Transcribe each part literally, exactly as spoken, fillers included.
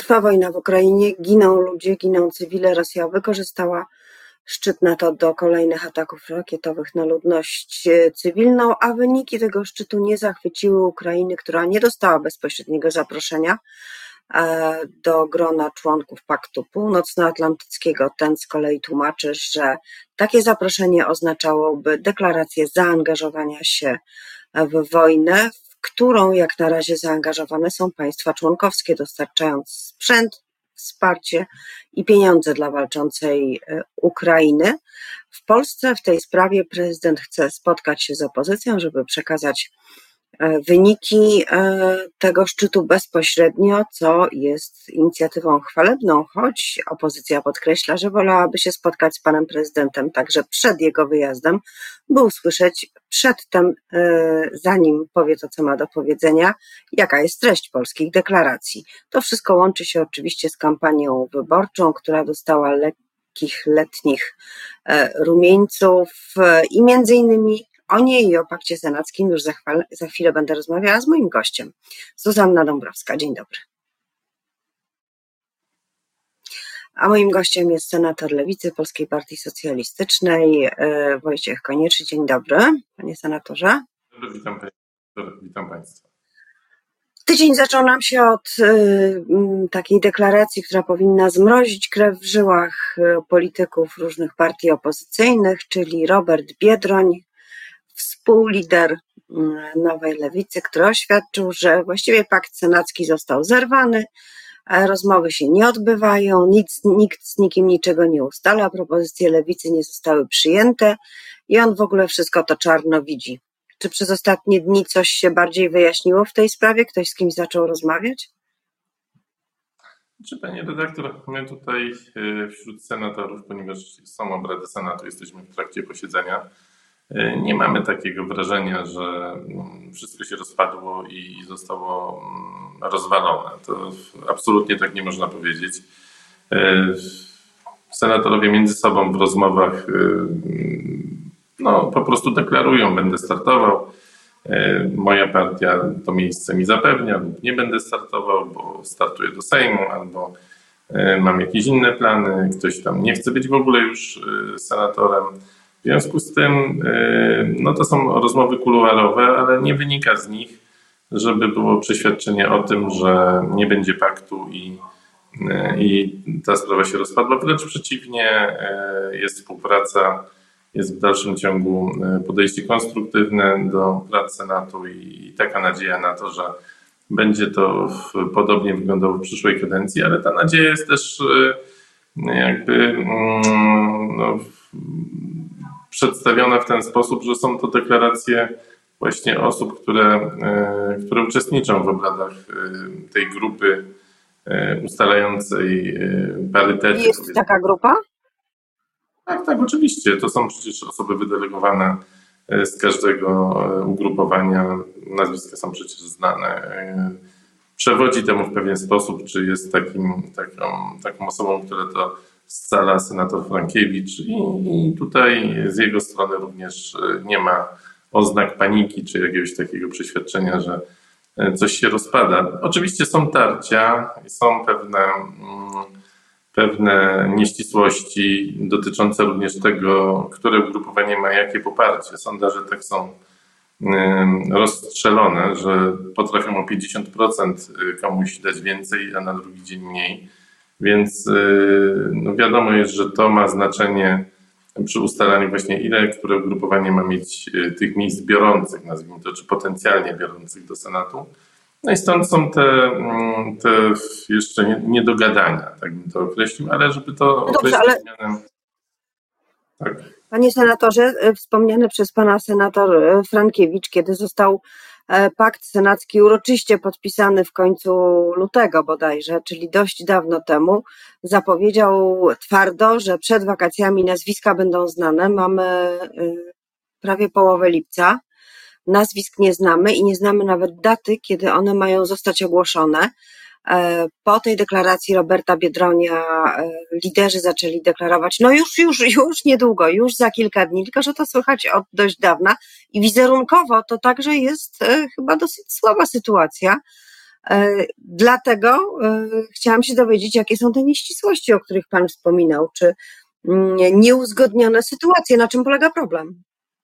Trwa wojna w Ukrainie, giną ludzie, giną cywile. Rosja wykorzystała szczyt NATO do kolejnych ataków rakietowych na ludność cywilną, a wyniki tego szczytu nie zachwyciły Ukrainy, która nie dostała bezpośredniego zaproszenia do grona członków Paktu Północnoatlantyckiego. Ten z kolei tłumaczy, że takie zaproszenie oznaczałoby deklarację zaangażowania się w wojnę, w którą jak na razie zaangażowane są państwa członkowskie, dostarczając sprzęt, wsparcie i pieniądze dla walczącej Ukrainy. W Polsce w tej sprawie prezydent chce spotkać się z opozycją, żeby przekazać wyniki tego szczytu bezpośrednio, co jest inicjatywą chwalebną, choć opozycja podkreśla, że wolałaby się spotkać z panem prezydentem także przed jego wyjazdem, by usłyszeć przedtem, zanim powie to, co ma do powiedzenia, jaka jest treść polskich deklaracji. To wszystko łączy się oczywiście z kampanią wyborczą, która dostała lekkich letnich rumieńców i między innymi o niej i o pakcie senackim już za, chwilę, za chwilę będę rozmawiała z moim gościem, Zuzanna Dąbrowska. Dzień dobry. A moim gościem jest senator Lewicy Polskiej Partii Socjalistycznej Wojciech Konieczny. Dzień dobry, panie senatorze. Witam, witam państwa. Tydzień zaczął nam się od y, takiej deklaracji, która powinna zmrozić krew w żyłach polityków różnych partii opozycyjnych, czyli Robert Biedroń, współlider Nowej Lewicy, który oświadczył, że właściwie pakt senacki został zerwany, rozmowy się nie odbywają, nic, nikt z nikim niczego nie ustala, propozycje Lewicy nie zostały przyjęte i on w ogóle wszystko to czarno widzi. Czy przez ostatnie dni coś się bardziej wyjaśniło w tej sprawie? Ktoś z kimś zaczął rozmawiać? Czy pani redaktor, my tutaj wśród senatorów, ponieważ są obrady Senatu, jesteśmy w trakcie posiedzenia, nie mamy takiego wrażenia, że wszystko się rozpadło i zostało rozwalone. To absolutnie tak nie można powiedzieć. Senatorowie między sobą w rozmowach no, po prostu deklarują, będę startował. Moja partia to miejsce mi zapewnia lub nie będę startował, bo startuję do Sejmu albo mam jakieś inne plany. Ktoś tam nie chce być w ogóle już senatorem. W związku z tym no to są rozmowy kuluarowe, ale nie wynika z nich, żeby było przeświadczenie o tym, że nie będzie paktu i, i ta sprawa się rozpadła. Wręcz przeciwnie, jest współpraca, jest w dalszym ciągu podejście konstruktywne do prac Senatu i taka nadzieja na to, że będzie to podobnie wyglądało w przyszłej kadencji, ale ta nadzieja jest też jakby no, przedstawione w ten sposób, że są to deklaracje właśnie osób, które, które uczestniczą w obradach tej grupy ustalającej parytety. Jest taka grupa? Tak, tak, oczywiście. To są przecież osoby wydelegowane z każdego ugrupowania. Nazwiska są przecież znane. Przewodzi temu w pewien sposób, czy jest takim, taką, taką osobą, która to scala senator Frankiewicz i, i tutaj z jego strony również nie ma oznak paniki czy jakiegoś takiego przeświadczenia, że coś się rozpada. Oczywiście są tarcia, są pewne, pewne nieścisłości dotyczące również tego, które ugrupowanie ma jakie poparcie. Sondaże tak są rozstrzelone, że potrafią o pięćdziesiąt procent komuś dać więcej, a na drugi dzień mniej. Więc no wiadomo jest, że to ma znaczenie przy ustalaniu właśnie ile które ugrupowanie ma mieć tych miejsc biorących, nazwijmy to, czy potencjalnie biorących do Senatu. No i stąd są te, te jeszcze niedogadania, tak bym to określił, ale żeby to no dobrze, określić ale... mianem... Tak. Panie senatorze, wspomniany przez pana senator Frankiewicz, kiedy został pakt senacki uroczyście podpisany w końcu lutego bodajże, czyli dość dawno temu, zapowiedział twardo, że przed wakacjami nazwiska będą znane. Mamy prawie połowę lipca, nazwisk nie znamy i nie znamy nawet daty, kiedy one mają zostać ogłoszone. Po tej deklaracji Roberta Biedronia liderzy zaczęli deklarować, no już, już, już niedługo, już za kilka dni, tylko że to słychać od dość dawna i wizerunkowo to także jest chyba dosyć słaba sytuacja, Dlatego chciałam się dowiedzieć, jakie są te nieścisłości, o których Pan wspominał, czy nieuzgodnione sytuacje, na czym polega problem?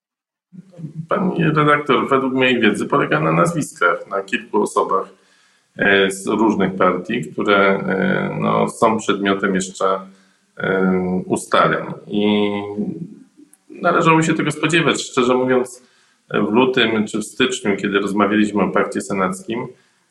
Pani redaktor, według mojej wiedzy polega na nazwiskach, na kilku osobach z różnych partii, które no, są przedmiotem jeszcze ustaleń i należało się tego spodziewać. Szczerze mówiąc, w lutym czy w styczniu, kiedy rozmawialiśmy o pakcie senackim,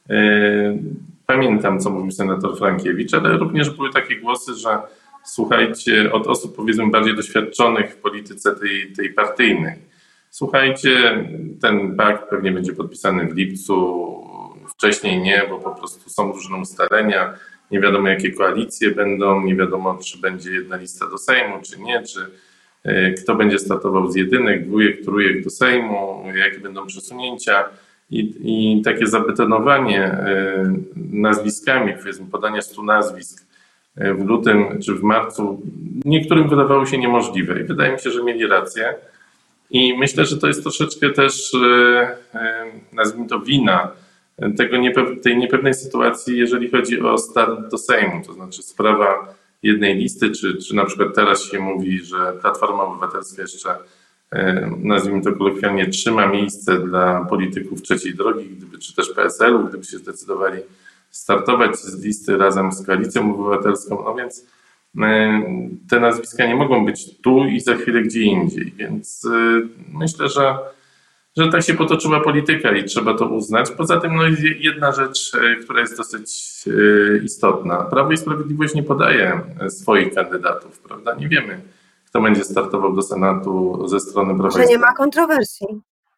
pamiętam, co mówił senator Frankiewicz, ale również były takie głosy, że słuchajcie, od osób powiedzmy bardziej doświadczonych w polityce tej, tej partyjnej. Słuchajcie, ten pakt pewnie będzie podpisany w lipcu, wcześniej nie, bo po prostu są różne ustalenia, nie wiadomo jakie koalicje będą, nie wiadomo czy będzie jedna lista do Sejmu, czy nie, czy kto będzie startował z jedynek, dwójek, trójek do Sejmu, jakie będą przesunięcia i, i takie zabetonowanie nazwiskami, powiedzmy podanie stu nazwisk w lutym czy w marcu niektórym wydawało się niemożliwe i wydaje mi się, że mieli rację. I myślę, że to jest troszeczkę też, nazwijmy to, wina tego niepew- tej niepewnej sytuacji, jeżeli chodzi o start do Sejmu. To znaczy sprawa jednej listy, czy, czy na przykład teraz się mówi, że Platforma Obywatelska jeszcze, nazwijmy to kolokwialnie, trzyma miejsce dla polityków trzeciej drogi, gdyby, czy też P S L u, gdyby się zdecydowali startować z listy razem z Koalicją Obywatelską. No więc te nazwiska nie mogą być tu i za chwilę gdzie indziej, więc myślę, że, że tak się potoczyła polityka i trzeba to uznać. Poza tym no, jedna rzecz, która jest dosyć istotna. Prawo i Sprawiedliwość nie podaje swoich kandydatów, prawda? Nie wiemy, kto będzie startował do Senatu ze strony Prawa i Sprawiedliwości. Że nie ma kontrowersji.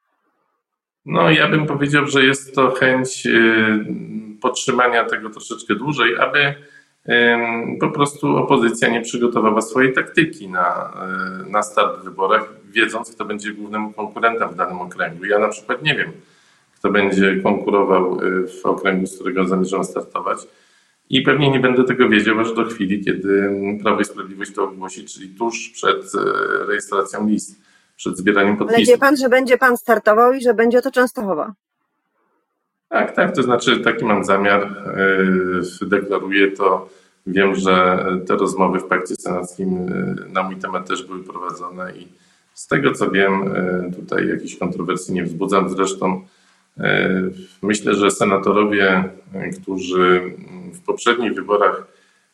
No ja bym powiedział, że jest to chęć podtrzymania tego troszeczkę dłużej, aby po prostu opozycja nie przygotowała swojej taktyki na, na start w wyborach, wiedząc, kto będzie głównym konkurentem w danym okręgu. Ja na przykład nie wiem, kto będzie konkurował w okręgu, z którego zamierzam startować i pewnie nie będę tego wiedział aż do chwili, kiedy Prawo i Sprawiedliwość to ogłosi, czyli tuż przed rejestracją list, przed zbieraniem podpisów. Ale wie Pan, że będzie Pan startował i że będzie to Częstochowa? Tak, tak, to znaczy taki mam zamiar, deklaruję to. Wiem, że te rozmowy w pakcie senackim na mój temat też były prowadzone i z tego co wiem, tutaj jakichś kontrowersji nie wzbudzam. Zresztą myślę, że senatorowie, którzy w poprzednich wyborach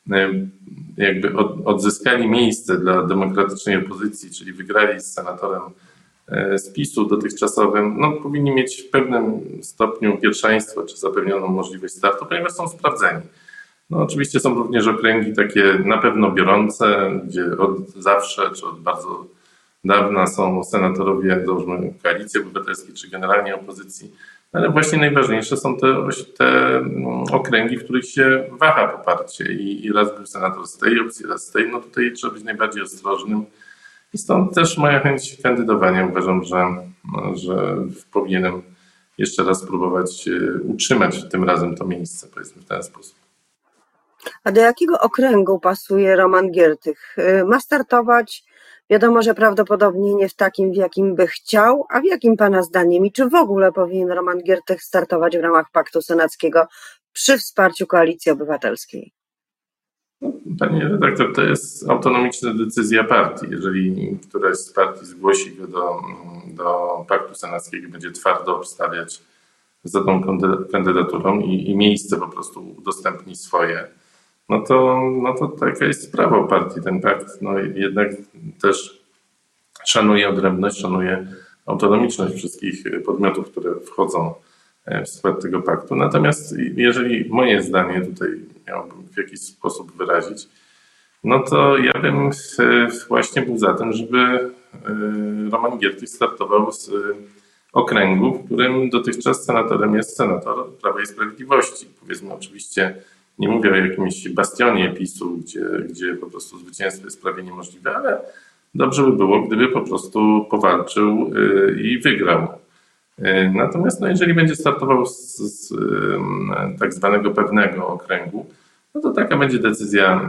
jakby odzyskali miejsce dla demokratycznej opozycji, czyli wygrali z senatorem z PiSu dotychczasowym, no, powinni mieć w pewnym stopniu pierwszeństwo czy zapewnioną możliwość startu, ponieważ są sprawdzeni. No, oczywiście są również okręgi takie na pewno biorące, gdzie od zawsze czy od bardzo dawna są senatorowie, załóżmy Koalicji Obywatelskiej czy generalnie opozycji, ale właśnie najważniejsze są te, te okręgi, w których się waha poparcie i, i raz był senator z tej opcji, raz z tej, no tutaj trzeba być najbardziej ostrożnym. I stąd też moja chęć kandydowania. Uważam, że, że powinienem jeszcze raz spróbować utrzymać tym razem to miejsce, powiedzmy w ten sposób. A do jakiego okręgu pasuje Roman Giertych? Ma startować, wiadomo, że prawdopodobnie nie w takim, w jakim by chciał, a w jakim Pana zdaniem i czy w ogóle powinien Roman Giertych startować w ramach Paktu Senackiego przy wsparciu Koalicji Obywatelskiej? Pani redaktor, to jest autonomiczna decyzja partii. Jeżeli któraś z partii zgłosi go do, do Paktu Senackiego, będzie twardo obstawiać za tą kandydaturą i, i miejsce po prostu udostępni swoje, no to, no to taka jest sprawa partii. Ten pakt no jednak też szanuje odrębność, szanuje autonomiczność wszystkich podmiotów, które wchodzą w skład tego paktu. Natomiast jeżeli moje zdanie tutaj miałbym w jakiś sposób wyrazić, no to ja bym właśnie był za tym, żeby Roman Giertych startował z okręgu, w którym dotychczas senatorem jest senator Prawa i Sprawiedliwości. Powiedzmy oczywiście, nie mówię o jakimś bastionie PiSu, gdzie, gdzie po prostu zwycięstwo jest prawie niemożliwe, ale dobrze by było, gdyby po prostu powalczył i wygrał. Natomiast no, jeżeli będzie startował z, z tak zwanego pewnego okręgu, no to taka będzie decyzja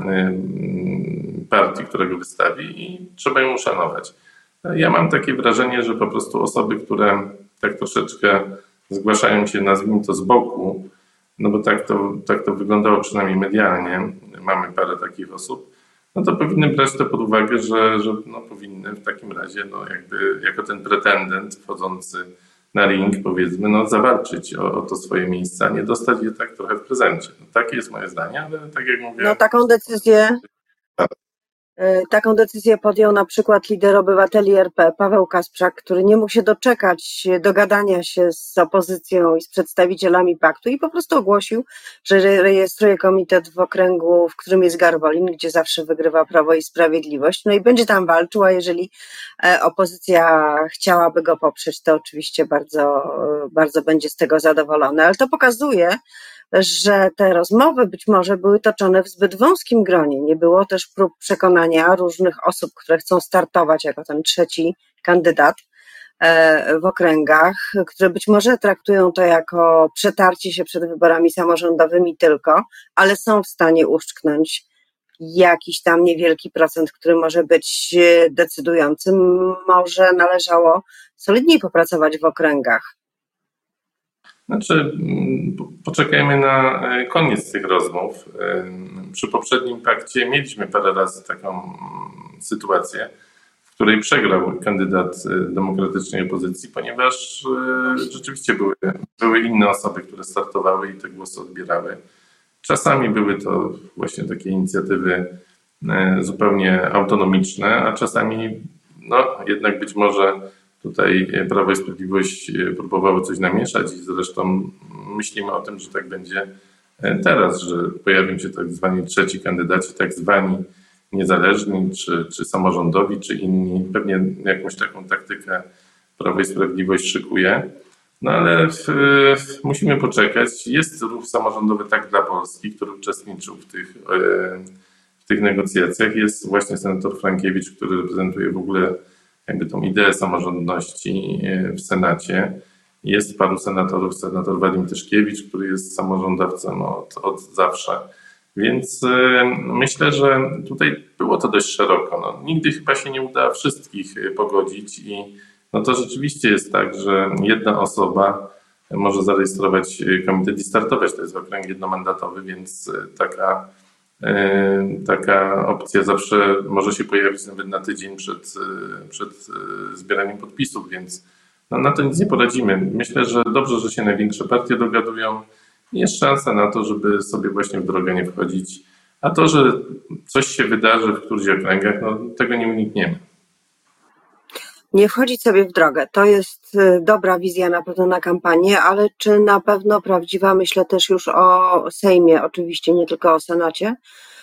partii, która go wystawi i trzeba ją uszanować. Ja mam takie wrażenie, że po prostu osoby, które tak troszeczkę zgłaszają się, nazwijmy to z boku, no bo tak to, tak to wyglądało przynajmniej medialnie, mamy parę takich osób, no to powinny brać to pod uwagę, że, że no powinny w takim razie no jakby jako ten pretendent wchodzący na ring, powiedzmy, no zawalczyć o, o to swoje miejsce, a nie dostać je tak trochę w prezencie. No, takie jest moje zdanie, ale tak jak mówię... No taką decyzję Taką decyzję podjął na przykład lider obywateli R P, Paweł Kasprzak, który nie mógł się doczekać dogadania się z opozycją i z przedstawicielami paktu i po prostu ogłosił, że rejestruje komitet w okręgu, w którym jest Garwolin, gdzie zawsze wygrywa Prawo i Sprawiedliwość. No i będzie tam walczył, a jeżeli opozycja chciałaby go poprzeć, to oczywiście bardzo, bardzo będzie z tego zadowolony. Ale to pokazuje, że te rozmowy być może były toczone w zbyt wąskim gronie. Nie było też prób przekonania różnych osób, które chcą startować jako ten trzeci kandydat w okręgach, które być może traktują to jako przetarcie się przed wyborami samorządowymi tylko, ale są w stanie uszczknąć jakiś tam niewielki procent, który może być decydujący. Może należało solidniej popracować w okręgach. Znaczy, poczekajmy na koniec tych rozmów. Przy poprzednim pakcie mieliśmy parę razy taką sytuację, w której przegrał kandydat demokratycznej opozycji, ponieważ rzeczywiście były, były inne osoby, które startowały i te głosy odbierały. Czasami były to właśnie takie inicjatywy zupełnie autonomiczne, a czasami no, jednak być może tutaj Prawo i Sprawiedliwość próbowało coś namieszać i zresztą myślimy o tym, że tak będzie teraz, że pojawią się tak zwani trzeci kandydaci, tak zwani niezależni, czy, czy samorządowi, czy inni. Pewnie jakąś taką taktykę Prawo i Sprawiedliwość szykuje. No ale w, w, musimy poczekać. Jest ruch samorządowy Tak dla Polski, który uczestniczył w tych, w tych negocjacjach. Jest właśnie senator Frankiewicz, który reprezentuje w ogóle jakby tą ideę samorządności w Senacie. Jest paru senatorów, senator Wadim Tyszkiewicz, który jest samorządowcem od, od zawsze. Więc myślę, że tutaj było to dość szeroko. No, nigdy chyba się nie uda wszystkich pogodzić i no to rzeczywiście jest tak, że jedna osoba może zarejestrować komitet i startować. To jest okręg jednomandatowy, więc taka Taka opcja zawsze może się pojawić nawet na tydzień przed, przed zbieraniem podpisów, więc no, na to nic nie poradzimy. Myślę, że dobrze, że się największe partie dogadują. Jest szansa na to, żeby sobie właśnie w drogę nie wchodzić. A to, że coś się wydarzy w którychś okręgach, no, tego nie unikniemy. Nie wchodzić sobie w drogę. To jest dobra wizja na pewno na kampanię, ale czy na pewno prawdziwa? Myślę też już o Sejmie, oczywiście nie tylko o Senacie.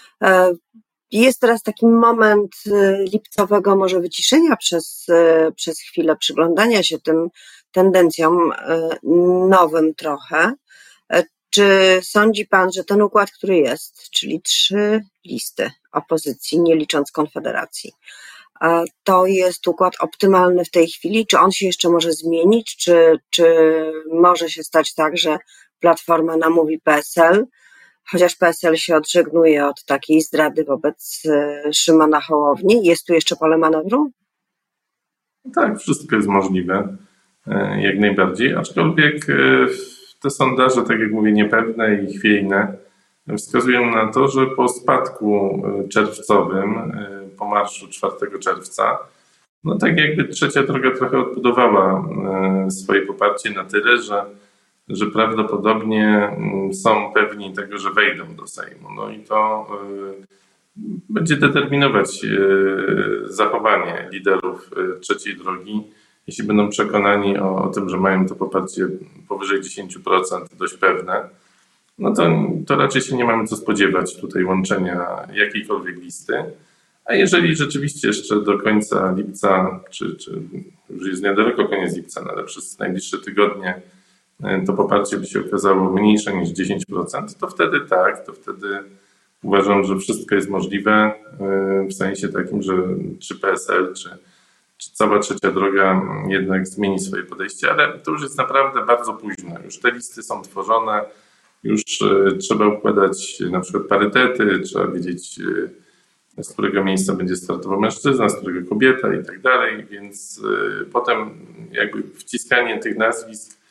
Jest teraz taki moment lipcowego może wyciszenia przez, przez chwilę, przyglądania się tym tendencjom nowym trochę. Czy sądzi pan, że ten układ, który jest, czyli trzy listy opozycji, nie licząc Konfederacji, to jest układ optymalny w tej chwili? Czy on się jeszcze może zmienić? Czy, czy może się stać tak, że Platforma namówi P S L, chociaż P S L się odżegnuje od takiej zdrady wobec Szymona Hołowni? Jest tu jeszcze pole manewru? Tak, wszystko jest możliwe, jak najbardziej, aczkolwiek te sondaże, tak jak mówię, niepewne i chwiejne, wskazują na to, że po spadku czerwcowym, po marszu czwartego czerwca, no tak jakby Trzecia Droga trochę odbudowała swoje poparcie na tyle, że, że prawdopodobnie są pewni tego, że wejdą do Sejmu. No i to będzie determinować zachowanie liderów Trzeciej Drogi. Jeśli będą przekonani o, o tym, że mają to poparcie powyżej dziesięć procent, dość pewne, no to, to raczej się nie mamy co spodziewać tutaj łączenia jakiejkolwiek listy. A jeżeli rzeczywiście jeszcze do końca lipca, czy, czy już jest niedaleko koniec lipca, no ale przez najbliższe tygodnie to poparcie by się okazało mniejsze niż dziesięć procent, to wtedy tak, to wtedy uważam, że wszystko jest możliwe w sensie takim, że czy P S L, czy, czy cała Trzecia Droga jednak zmieni swoje podejście, ale to już jest naprawdę bardzo późno. Już te listy są tworzone, już trzeba układać na przykład parytety, trzeba wiedzieć, z którego miejsca będzie startował mężczyzna, z którego kobieta i tak dalej, więc potem jakby wciskanie tych nazwisk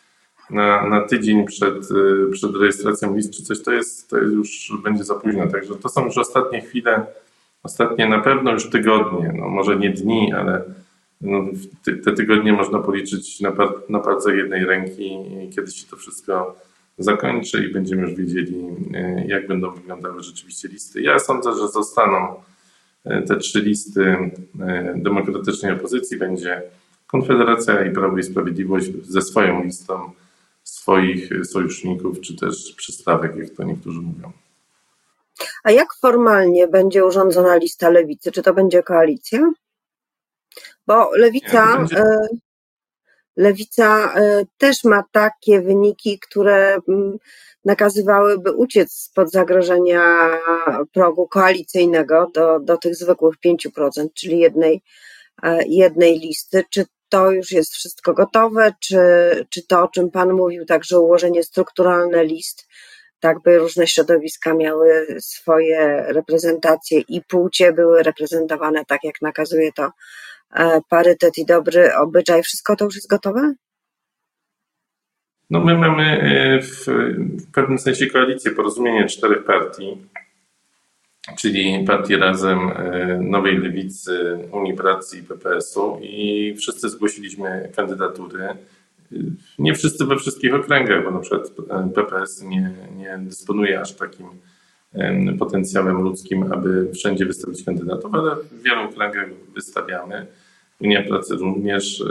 na, na tydzień przed, przed rejestracją list czy coś, to jest, to jest już będzie za późno. Także to są już ostatnie chwile, ostatnie na pewno już tygodnie, no może nie dni, ale no, ty, te tygodnie można policzyć na, par, na palcach jednej ręki, kiedy się to wszystko zakończy i będziemy już wiedzieli, jak będą wyglądały rzeczywiście listy. Ja sądzę, że zostaną te trzy listy demokratycznej opozycji. Będzie Konfederacja i Prawo i Sprawiedliwość ze swoją listą swoich sojuszników, czy też przystawek, jak to niektórzy mówią. A jak formalnie będzie urządzona lista Lewicy? Czy to będzie koalicja? Bo Lewica, Nie, będzie... Lewica też ma takie wyniki, które nakazywałyby uciec spod zagrożenia progu koalicyjnego do, do tych zwykłych pięciu procent, czyli jednej, jednej listy. Czy to już jest wszystko gotowe, czy, czy to, o czym Pan mówił, także ułożenie strukturalne list, tak by różne środowiska miały swoje reprezentacje i płcie były reprezentowane tak, jak nakazuje to parytet i dobry obyczaj, wszystko to już jest gotowe? No my mamy w, w pewnym sensie koalicję, porozumienie czterech partii, czyli Partii Razem, Nowej Lewicy, Unii Pracy i P P S-u i wszyscy zgłosiliśmy kandydatury. Nie wszyscy we wszystkich okręgach, bo na przykład P P S nie, nie dysponuje aż takim potencjałem ludzkim, aby wszędzie wystawić kandydatów, ale w wielu okręgach wystawiamy. Unia Pracy również.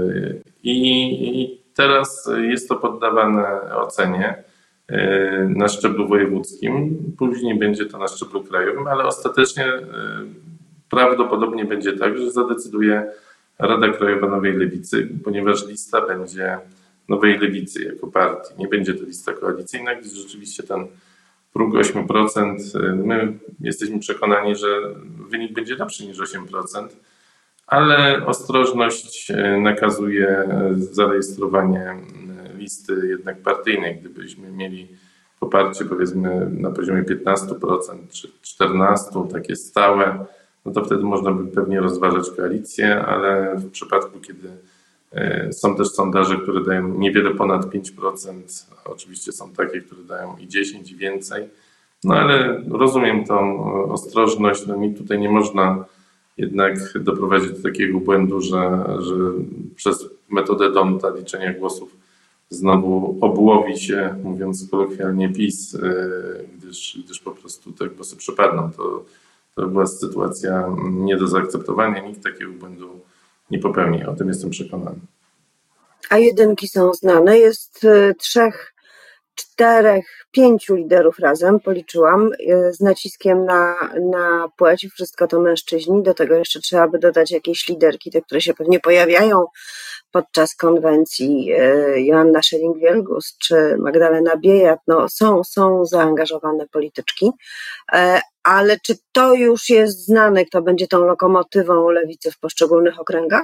I teraz jest to poddawane ocenie na szczeblu wojewódzkim, później będzie to na szczeblu krajowym, ale ostatecznie prawdopodobnie będzie tak, że zadecyduje Rada Krajowa Nowej Lewicy, ponieważ lista będzie Nowej Lewicy jako partii. Nie będzie to lista koalicyjna, gdzie rzeczywiście ten próg osiem procent. My jesteśmy przekonani, że wynik będzie lepszy niż osiem procent, ale ostrożność nakazuje zarejestrowanie listy jednak partyjnej. Gdybyśmy mieli poparcie powiedzmy na poziomie piętnaście procent czy czternaście procent, takie stałe, no to wtedy można by pewnie rozważać koalicję, ale w przypadku, kiedy są też sondaże, które dają niewiele ponad pięć procent, oczywiście są takie, które dają i dziesięć i więcej, no ale rozumiem tą ostrożność, no i tutaj nie można jednak doprowadzić do takiego błędu, że, że przez metodę D'Hondta liczenia głosów znowu obłowi się, mówiąc kolokwialnie, PiS, gdyż, gdyż po prostu te głosy przepadną. To, to była sytuacja nie do zaakceptowania. Nikt takiego błędu nie popełni. O tym jestem przekonany. A jedynki są znane. Jest trzech, czterech, pięciu liderów Razem, policzyłam, z naciskiem na, na płeć. Wszystko to mężczyźni. Do tego jeszcze trzeba by dodać jakieś liderki, te, które się pewnie pojawiają podczas konwencji, Joanna Scheuring-Wielgus czy Magdalena Biejat. No, są, są zaangażowane polityczki, ale czy to już jest znane, kto będzie tą lokomotywą Lewicy w poszczególnych okręgach?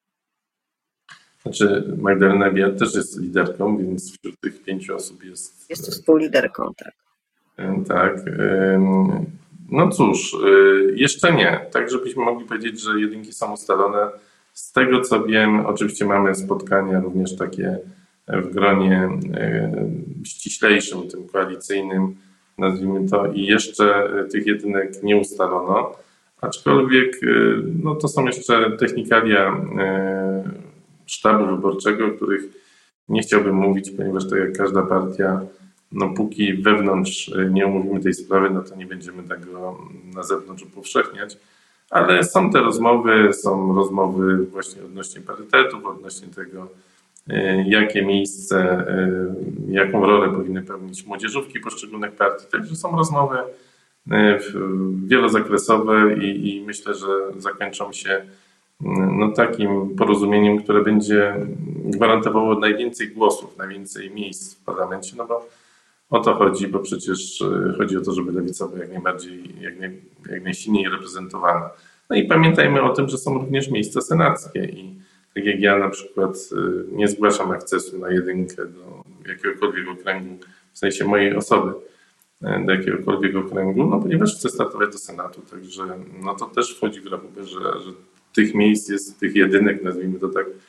Znaczy Magdalena Biejat też jest liderką, więc wśród tych pięciu osób jest... Jest współliderką, tak. Tak. No cóż, jeszcze nie. Tak, żebyśmy mogli powiedzieć, że jedynki są ustalone. Z tego co wiem, oczywiście mamy spotkania również takie w gronie ściślejszym, tym koalicyjnym, nazwijmy to, i jeszcze tych jedynek nie ustalono, aczkolwiek no, to są jeszcze technikalia sztabu wyborczego, o których nie chciałbym mówić, ponieważ tak jak każda partia, no póki wewnątrz nie omówimy tej sprawy, no to nie będziemy tego na zewnątrz upowszechniać. Ale są te rozmowy, są rozmowy właśnie odnośnie parytetów, odnośnie tego, jakie miejsce, jaką rolę powinny pełnić młodzieżówki poszczególnych partii. Także są rozmowy wielozakresowe i, i myślę, że zakończą się no, takim porozumieniem, które będzie gwarantowało najwięcej głosów, najwięcej miejsc w parlamencie, no bo o to chodzi, bo przecież chodzi o to, żeby lewica była jak najbardziej, jak, naj, jak najsilniej reprezentowana. No i pamiętajmy o tym, że są również miejsca senackie i tak jak ja na przykład nie zgłaszam akcesu na jedynkę do jakiegokolwiek okręgu, w sensie mojej osoby, do jakiegokolwiek okręgu, no ponieważ chcę startować do Senatu, także no to też wchodzi w rachubę, że, że tych miejsc jest, tych jedynek, nazwijmy to tak,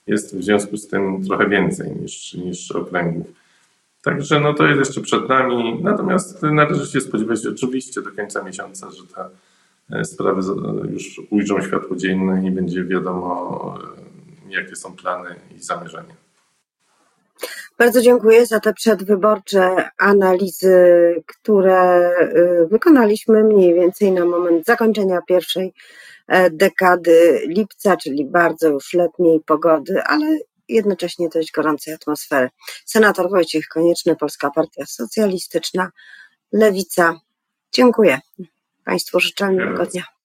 jest w związku z tym trochę więcej niż, niż okręgów. Także no to jest jeszcze przed nami, natomiast należy się spodziewać oczywiście do końca miesiąca, że te sprawy już ujrzą światło dzienne i będzie wiadomo, jakie są plany i zamierzenia. Bardzo dziękuję za te przedwyborcze analizy, które wykonaliśmy mniej więcej na moment zakończenia pierwszej dekady lipca, czyli bardzo już letniej pogody, ale jednocześnie dość gorącej atmosfery. Senator Wojciech Konieczny, Polska Partia Socjalistyczna, Lewica. Dziękuję Państwu, życzę miłego dnia.